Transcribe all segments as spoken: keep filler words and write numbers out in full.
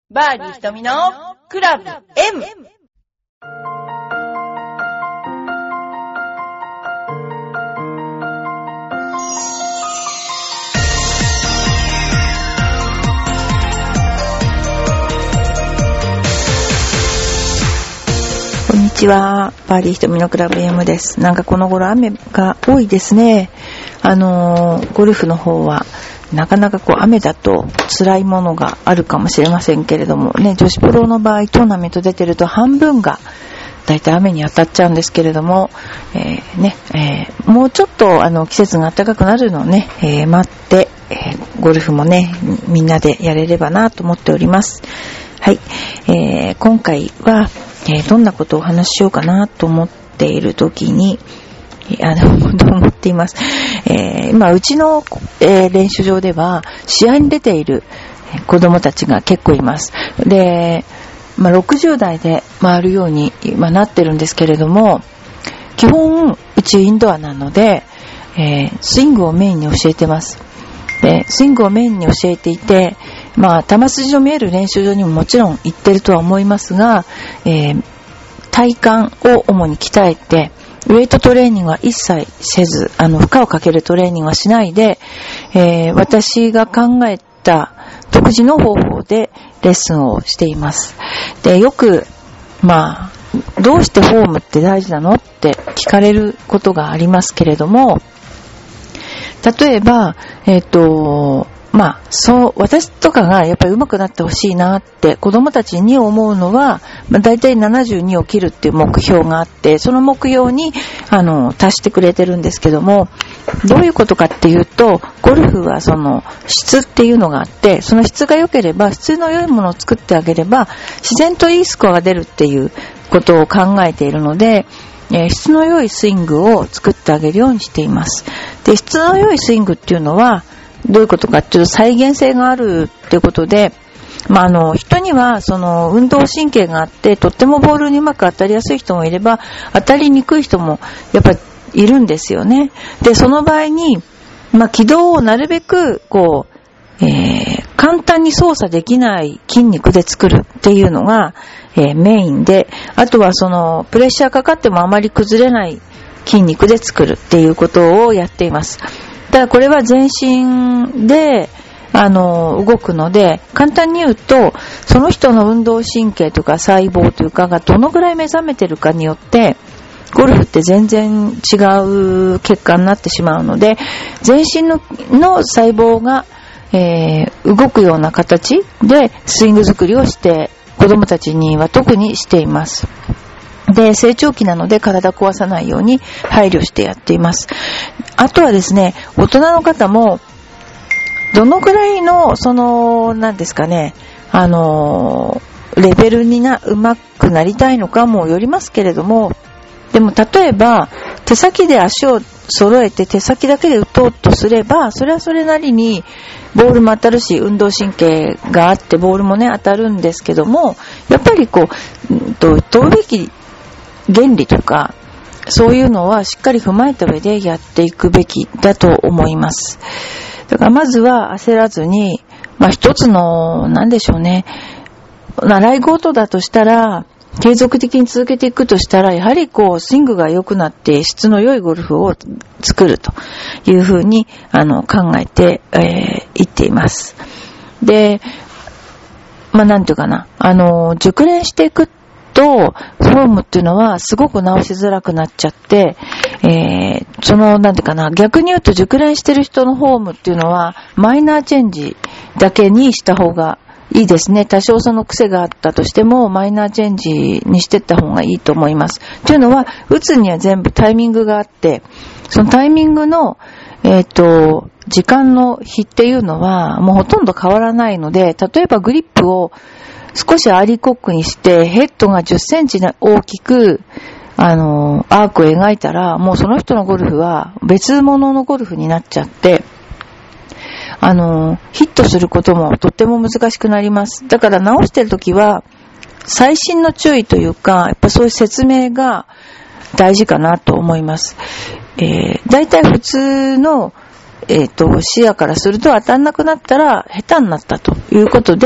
バーディー瞳のクラブ M。 こんにちは、バーディー瞳のクラブ M です。なんかこの頃雨が多いですね。あのー、ゴルフの方はなかなかこう雨だと辛いものがあるかもしれませんけれどもね、女子プロの場合トーナメント出てると半分がだいたい雨に当たっちゃうんですけれども、えーねえー、もうちょっとあの季節が暖かくなるのをね、えー、待って、えー、ゴルフもねみんなでやれればなと思っております。はい、えー、今回は、えー、どんなことをお話ししようかなと思っている時にあの、と思っています。えー、今、うちの、えー、練習場では、試合に出ている子供たちが結構います。で、まあ、ろくじゅう代で回るように、まあ、なってるんですけれども、基本、うちインドアなので、えー、スイングをメインに教えてます。で、スイングをメインに教えていて、まあ、球筋の見える練習場にももちろん行ってるとは思いますが、えー、体幹を主に鍛えて、ウェイトトレーニングは一切せず、あの、負荷をかけるトレーニングはしないで、えー、私が考えた独自の方法でレッスンをしています。で、よく、まあ、どうしてフォームって大事なのって聞かれることがありますけれども、例えば、えっと、まあ、そう、私とかがやっぱり上手くなってほしいなって子供たちに思うのは、まあ、だいたいななじゅうにを切るっていう目標があって、その目標に、あの、達してくれてるんですけども、どういうことかっていうと、ゴルフはその質っていうのがあって、その質が良ければ、質の良いものを作ってあげれば、自然といいスコアが出るっていうことを考えているので、えー、質の良いスイングを作ってあげるようにしています。で、質の良いスイングっていうのは、どういうことかっていうと再現性があるっていうことで、まあ、あの、人にはその運動神経があって、とってもボールにうまく当たりやすい人もいれば、当たりにくい人もやっぱりいるんですよね。で、その場合に、まあ、軌道をなるべく、こう、えー、簡単に操作できない筋肉で作るっていうのが、えー、メインで、あとはその、プレッシャーかかってもあまり崩れない筋肉で作るっていうことをやっています。だからこれは全身で、あの、動くので、簡単に言うと、その人の運動神経とか細胞というかがどのぐらい目覚めてるかによって、ゴルフって全然違う結果になってしまうので、全身の、の細胞が、えー、動くような形でスイング作りをして、子供たちには特にしています。で、成長期なので体壊さないように配慮してやっています。あとはですね、大人の方も、どのくらいの、その、なんですかね、あの、レベルにな、上手くなりたいのかもよりますけれども、でも例えば、手先で足を揃えて手先だけで打とうとすれば、それはそれなりに、ボールも当たるし、運動神経があって、ボールもね、当たるんですけども、やっぱりこう、うんと、投べき原理とか、そういうのはしっかり踏まえた上でやっていくべきだと思います。だからまずは焦らずに、まあ一つの、なんでしょうね、習い事だとしたら、継続的に続けていくとしたら、やはりこう、スイングが良くなって質の良いゴルフを作るというふうに、あの、考えて、えー、いっています。で、まあなんていうかな、あの、熟練していくと、フォームっていうのはすごく直しづらくなっちゃって、えー、その、なんていうかな、逆に言うと熟練してる人のフォームっていうのは、マイナーチェンジだけにした方がいいですね。多少その癖があったとしても、マイナーチェンジにしていった方がいいと思います。というのは、打つには全部タイミングがあって、そのタイミングの、えっと、時間の比っていうのは、もうほとんど変わらないので、例えばグリップを少しアーリーコックにして、ヘッドがじゅっセンチ大きく、あの、アークを描いたら、もうその人のゴルフは別物のゴルフになっちゃって、あの、ヒットすることもとっても難しくなります。だから直してるときは、細心の注意というか、やっぱそういう説明が大事かなと思います。えー、だいたい普通の、えっと、視野からすると当たんなくなったら下手になったということで、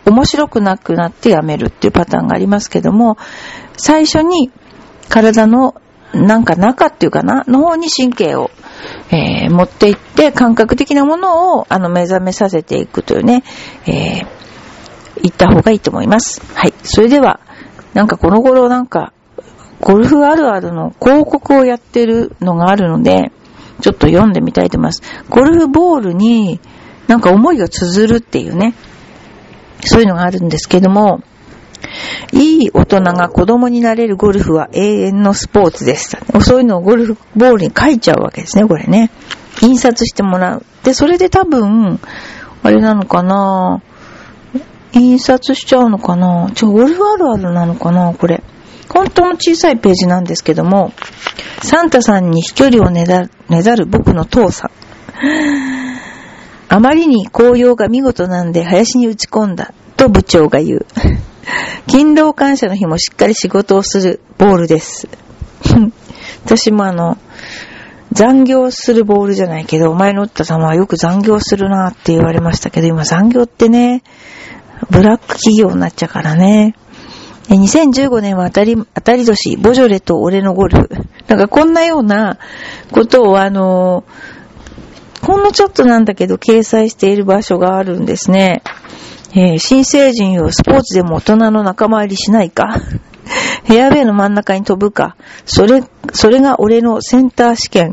面白くなくなってやめるっていうパターンがありますけども、最初に体のなんか中っていうかなの方に神経を、えー、持っていって感覚的なものをあの目覚めさせていくというね、えー、言った方がいいと思います。はい。それではなんかこの頃なんかゴルフあるあるの広告をやってるのがあるので、ちょっと読んでみたいと思います。ゴルフボールになんか思いを綴るっていうね、そういうのがあるんですけども、いい大人が子供になれるゴルフは永遠のスポーツです。そういうのをゴルフボールに書いちゃうわけですね、これね。印刷してもらう。で、それで多分、あれなのかな、印刷しちゃうのかな、ちょ、ゴルフあるあるなのかな、これ。本当の小さいページなんですけども、サンタさんに飛距離をねだる、ねだる僕の父さん。あまりに紅葉が見事なんで林に打ち込んだと部長が言う。勤労感謝の日もしっかり仕事をするボールです。私もあの、残業するボールじゃないけど、お前の打った球はよく残業するなって言われましたけど、今残業ってね、ブラック企業になっちゃうからね。にせんじゅうごねんは当たり、当たり年、ボジョレと俺のゴルフ。なんかこんなようなことをあの、ほんのちょっとなんだけど掲載している場所があるんですね。えー、新成人よ、スポーツでも大人の仲間入りしないか。フェアウェイの真ん中に飛ぶか。それ、それが俺のセンター試験。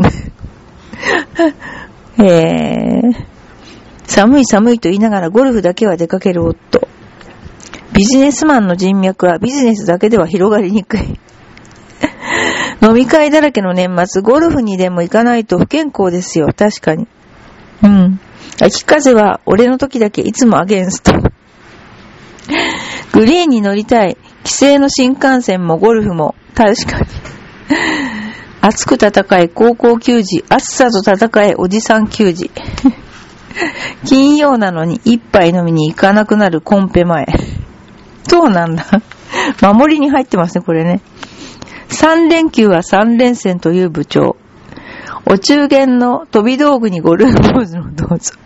えー、寒い寒いと言いながらゴルフだけは出かける夫。ビジネスマンの人脈はビジネスだけでは広がりにくい。飲み会だらけの年末、ゴルフにでも行かないと不健康ですよ。確かに。うん。秋風は俺の時だけいつもアゲンスト。グリーンに乗りたい。規制の新幹線もゴルフも。確かに。熱く戦え高校球児。暑さと戦えおじさん球児。金曜なのに一杯飲みに行かなくなるコンペ前。そうなんだ。守りに入ってますね、これね。三連休は三連戦という部長。お中元の飛び道具にゴルフポーズのどうぞ。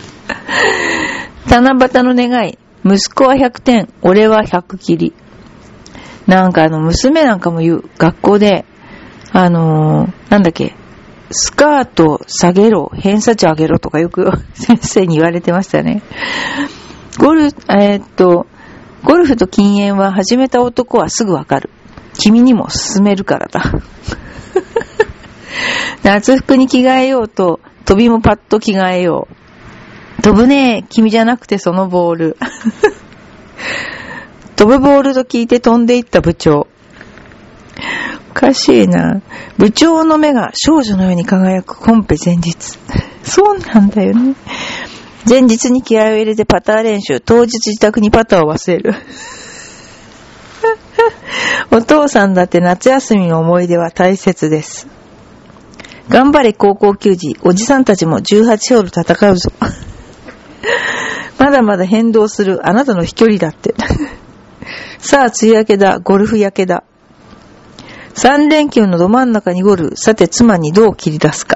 七夕の願い。息子はひゃくてん、俺はひゃく切り。なんかあの、娘なんかも言う。学校で、あのー、なんだっけ、スカート下げろ、偏差値上げろとかよく先生に言われてましたね。ゴルフ、えー、っと、ゴルフと禁煙は始めた男はすぐわかる。君にも勧めるからだ。夏服に着替えようと、飛びもパッと着替えよう。飛ぶね、君じゃなくてそのボール。飛ぶボールと聞いて飛んでいった部長。おかしいな。部長の目が少女のように輝くコンペ前日。そうなんだよね。前日に気合を入れてパター練習、当日自宅にパターを忘れる。お父さんだって夏休みの思い出は大切です。頑張れ高校球児、おじさんたちもじゅうはちホール戦うぞ。まだまだ変動するあなたの飛距離だって。さあ梅雨明けだ、ゴルフ焼けだ。三連休のど真ん中にゴルフ、さて妻にどう切り出すか。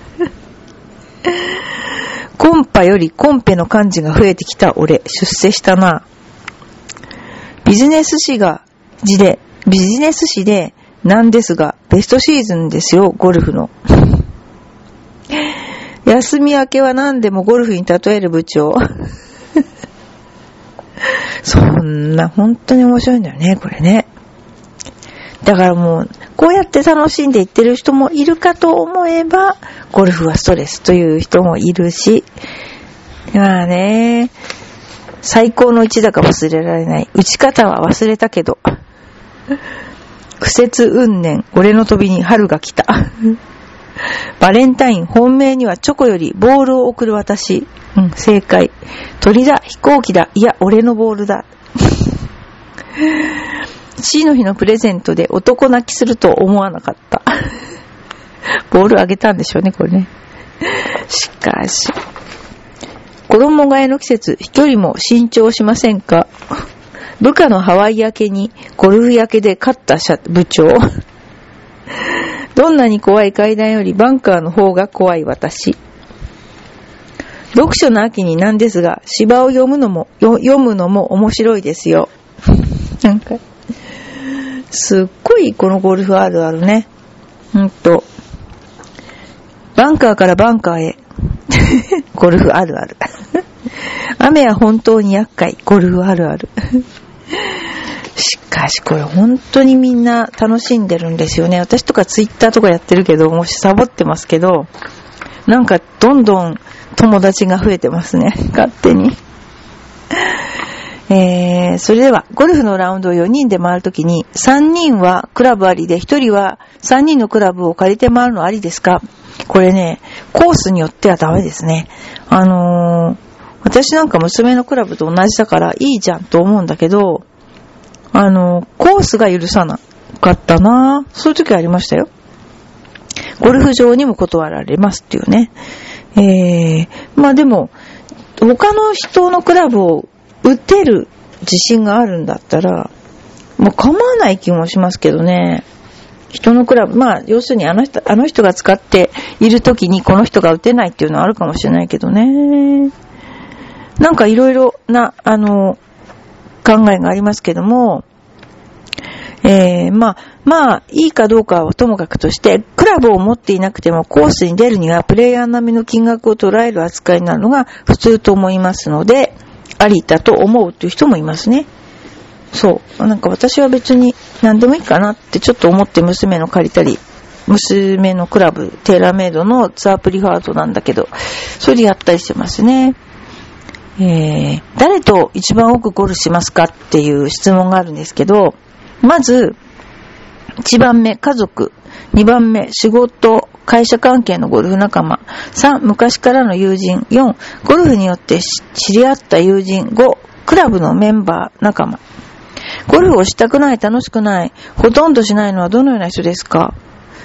コンパよりコンペの漢字が増えてきた俺、出世したな。ビジネス誌が字で、ビジネス誌でなんですが、ベストシーズンですよ、ゴルフの。休み明けは何でもゴルフに例える部長。そんな、本当に面白いんだよね、これね。だからもう、こうやって楽しんでいってる人もいるかと思えば、ゴルフはストレスという人もいるし、まあね、最高の一打が忘れられない。打ち方は忘れたけど。苦節運年、俺の飛びに春が来た。バレンタイン、本命にはチョコよりボールを送る私。うん、正解。鳥だ、飛行機だ、いや、俺のボールだ。父の日のプレゼントで男泣きすると思わなかった。ボールあげたんでしょうね、これね。しかし。衣替えの季節、飛距離も新調しませんか？部下のハワイ焼けにゴルフ焼けで勝った部長。どんなに怖い階段よりバンカーの方が怖い私。 読書の秋になんですが、詩を読むのも、読むのも面白いですよ。なんか、すっごいこのゴルフあるあるね。ほんと。バンカーからバンカーへ。ゴルフあるある。雨は本当に厄介。ゴルフあるある。しかしこれ本当にみんな楽しんでるんですよね。私とかツイッターとかやってるけど、もうサボってますけど、なんかどんどん友達が増えてますね。勝手に。えー、それではゴルフのラウンドをよにんで回るときにさんにんはクラブありでひとりはさんにんのクラブを借りて回るのありですか？これね、コースによってはダメですね。あのー、私なんか娘のクラブと同じだからいいじゃんと思うんだけど、あのー、コースが許さなかったな。そういう時ありましたよ。ゴルフ場にも断られますっていうね。えー、まあでも他の人のクラブを打てる自信があるんだったらもう構わない気もしますけどね。人のクラブ、まあ要するにあの人あの人が使っている時にこの人が打てないっていうのはあるかもしれないけどね。なんかいろいろなあの考えがありますけども、えー、まあまあいいかどうかはともかくとして、クラブを持っていなくてもコースに出るにはプレイヤー並みの金額を捉える扱いになるのが普通と思いますので、ありだと思うという人もいますね。そう。なんか私は別に何でもいいかなってちょっと思って娘の借りたり、娘のクラブ、テーラーメイドのツアープリファードなんだけど、それでやったりしてますね。えー、誰と一番多くゴルフしますかっていう質問があるんですけど、まず、いちばんめ、家族。にばんめ、仕事、会社関係のゴルフ仲間。さん、昔からの友人。よん、ゴルフによって知り合った友人。ご、クラブのメンバー、仲間。ゴルフをしたくない、楽しくない、ほとんどしないのはどのような人ですか？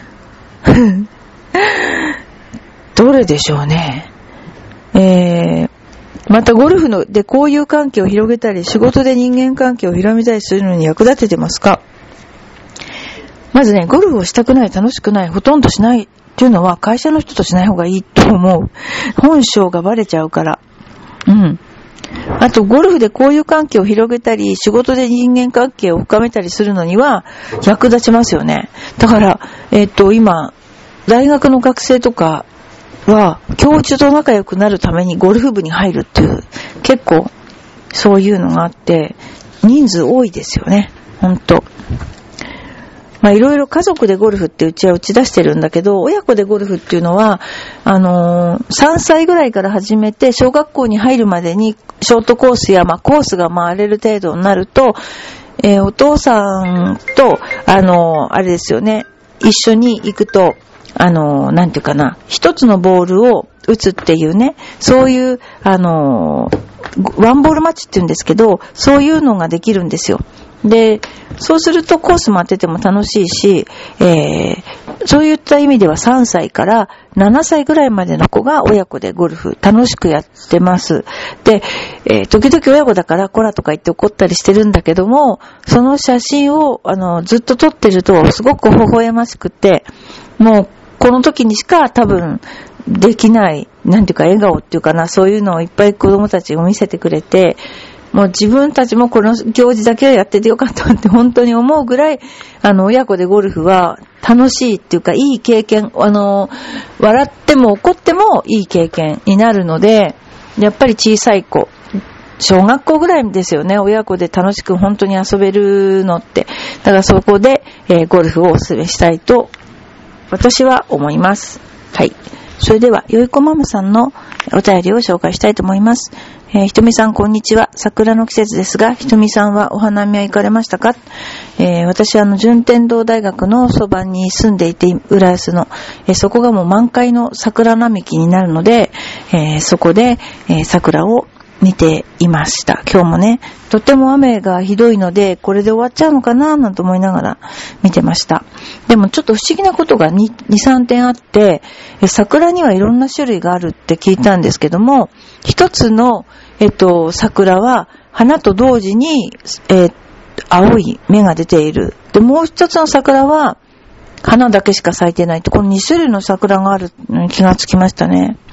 どれでしょうね。えー、またゴルフので交友関係を広げたり、仕事で人間関係を広めたりするのに役立ててますか？まずね、ゴルフをしたくない、楽しくない、ほとんどしないっていうのは会社の人としない方がいいと思う。本性がバレちゃうから。うん。あと、ゴルフで交友関係を広げたり、仕事で人間関係を深めたりするのには役立ちますよね。だから、えっと、今、大学の学生とかは、教授と仲良くなるためにゴルフ部に入るっていう、結構、そういうのがあって、人数多いですよね。ほんと。まあいろいろ家族でゴルフってうちは打ち出してるんだけど、親子でゴルフっていうのは、あのー、さんさいぐらいから始めて、小学校に入るまでにショートコースや、まあコースが回れる程度になると、えー、お父さんと、あのー、あれですよね、一緒に行くと、あのー、なんていうかな、一つのボールを打つっていうね、そういう、あのー、ワンボールマッチって言うんですけど、そういうのができるんですよ。で、そうするとコース回ってても楽しいし、えー、そういった意味ではさんさいからななさいぐらいまでの子が親子でゴルフ楽しくやってます。で、えー、時々親子だからコラとか言って怒ったりしてるんだけども、その写真をあのずっと撮ってるとすごく微笑ましくて、もうこの時にしか多分できない、なんていうか笑顔っていうかな、そういうのをいっぱい子供たちが見せてくれて、もう自分たちもこの行事だけはやっててよかったって本当に思うぐらい、あの親子でゴルフは楽しいっていうかいい経験、あの笑っても怒ってもいい経験になるので、やっぱり小さい子、小学校ぐらいですよね、親子で楽しく本当に遊べるのって。だからそこで、えー、ゴルフをお勧めしたいと私は思います。はい。それではよいこママさんのお便りを紹介したいと思います。えー、ひとみさんこんにちは。桜の季節ですが、ひとみさんはお花見は行かれましたか？えー、私はあの順天堂大学のそばに住んでいて、浦安の、えー、そこがもう満開の桜並木になるので、えー、そこで、えー、桜を見ていました。今日もね、とても雨がひどいので、これで終わっちゃうのかななんて思いながら見てました。でもちょっと不思議なことが に、さんてんあって、桜にはいろんな種類があるって聞いたんですけども、一つの、えっと、桜は花と同時に、えー、青い芽が出ている。で、もう一つの桜は花だけしか咲いてないって、このに種類の桜があるのに気がつきましたね。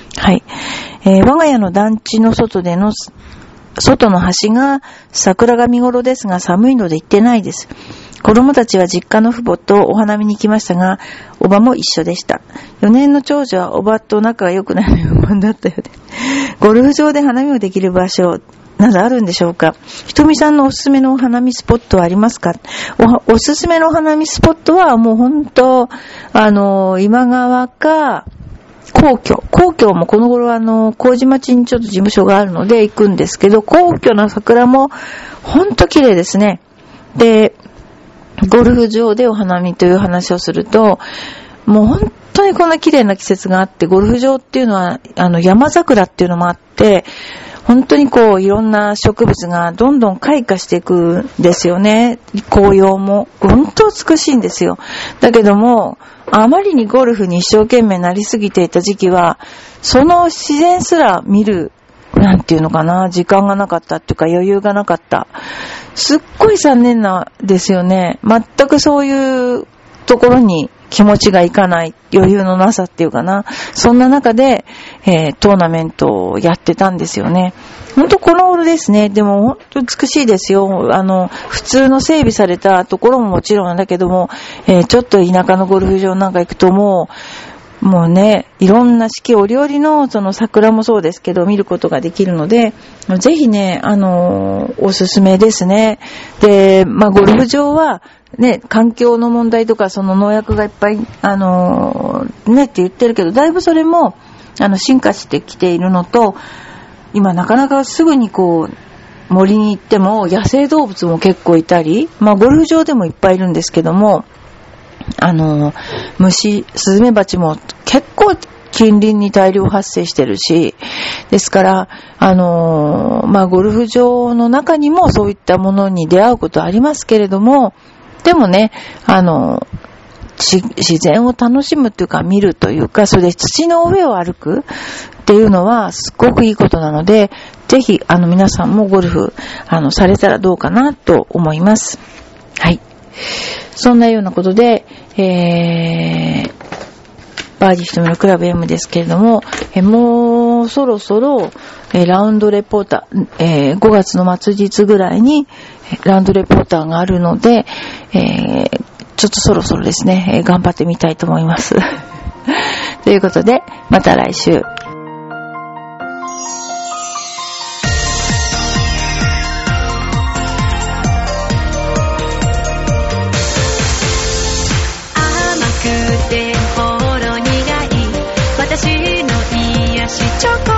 はい。えー、我が家の団地の外での、外の端が桜が見頃ですが寒いので行ってないです。子供たちは実家の父母とお花見に行きましたが、おばも一緒でした。よねんの長女はおばと仲が良くないのようだったようで。ゴルフ場で花見をできる場所などあるんでしょうか。ひとみさんのおすすめのお花見スポットはありますか。お、おすすめのお花見スポットはもう本当、あの、今川か、皇居。皇居もこの頃あの、麹町にちょっと事務所があるので行くんですけど、皇居の桜もほんと綺麗ですね。で、ゴルフ場でお花見という話をすると、もう本当にこんな綺麗な季節があって、ゴルフ場っていうのは、あの、山桜っていうのもあって、本当にこう、いろんな植物がどんどん開花していくんですよね。紅葉も。本当美しいんですよ。だけども、あまりにゴルフに一生懸命なりすぎていた時期は、その自然すら見る、なんていうのかな、時間がなかったっていうか余裕がなかった。すっごい残念なんですよね。全くそういうところに気持ちがいかない、余裕のなさっていうかな。そんな中で、えー、トーナメントをやってたんですよね。ほんとこの頃ですね。でもほんと美しいですよ。あの、普通の整備されたところももちろんだけども、えー、ちょっと田舎のゴルフ場なんか行くともう、もうね、いろんな四季折々のその桜もそうですけど見ることができるので、ぜひね、あのー、おすすめですね。で、まあゴルフ場はね、環境の問題とかその農薬がいっぱい、あのー、ねって言ってるけど、だいぶそれも、あの、進化してきているのと、今なかなかすぐにこう、森に行っても野生動物も結構いたり、まあゴルフ場でもいっぱいいるんですけども、あの、虫、スズメバチも結構近隣に大量発生してるし、ですから、あの、まあ、ゴルフ場の中にもそういったものに出会うことはありますけれども、でもね、あの、自然を楽しむというか見るというか、それで土の上を歩くっていうのはすごくいいことなので、ぜひ、あの、皆さんもゴルフ、あの、されたらどうかなと思います。はい。そんなようなことで、えー、バーディーひとみのクラブ M ですけれども、えもうそろそろ、えー、ラウンドレポーター、えー、ごがつの末日ぐらいにラウンドレポーターがあるので、えー、ちょっとそろそろですね、えー、頑張ってみたいと思います。ということで、また来週。 私の癒しチョコ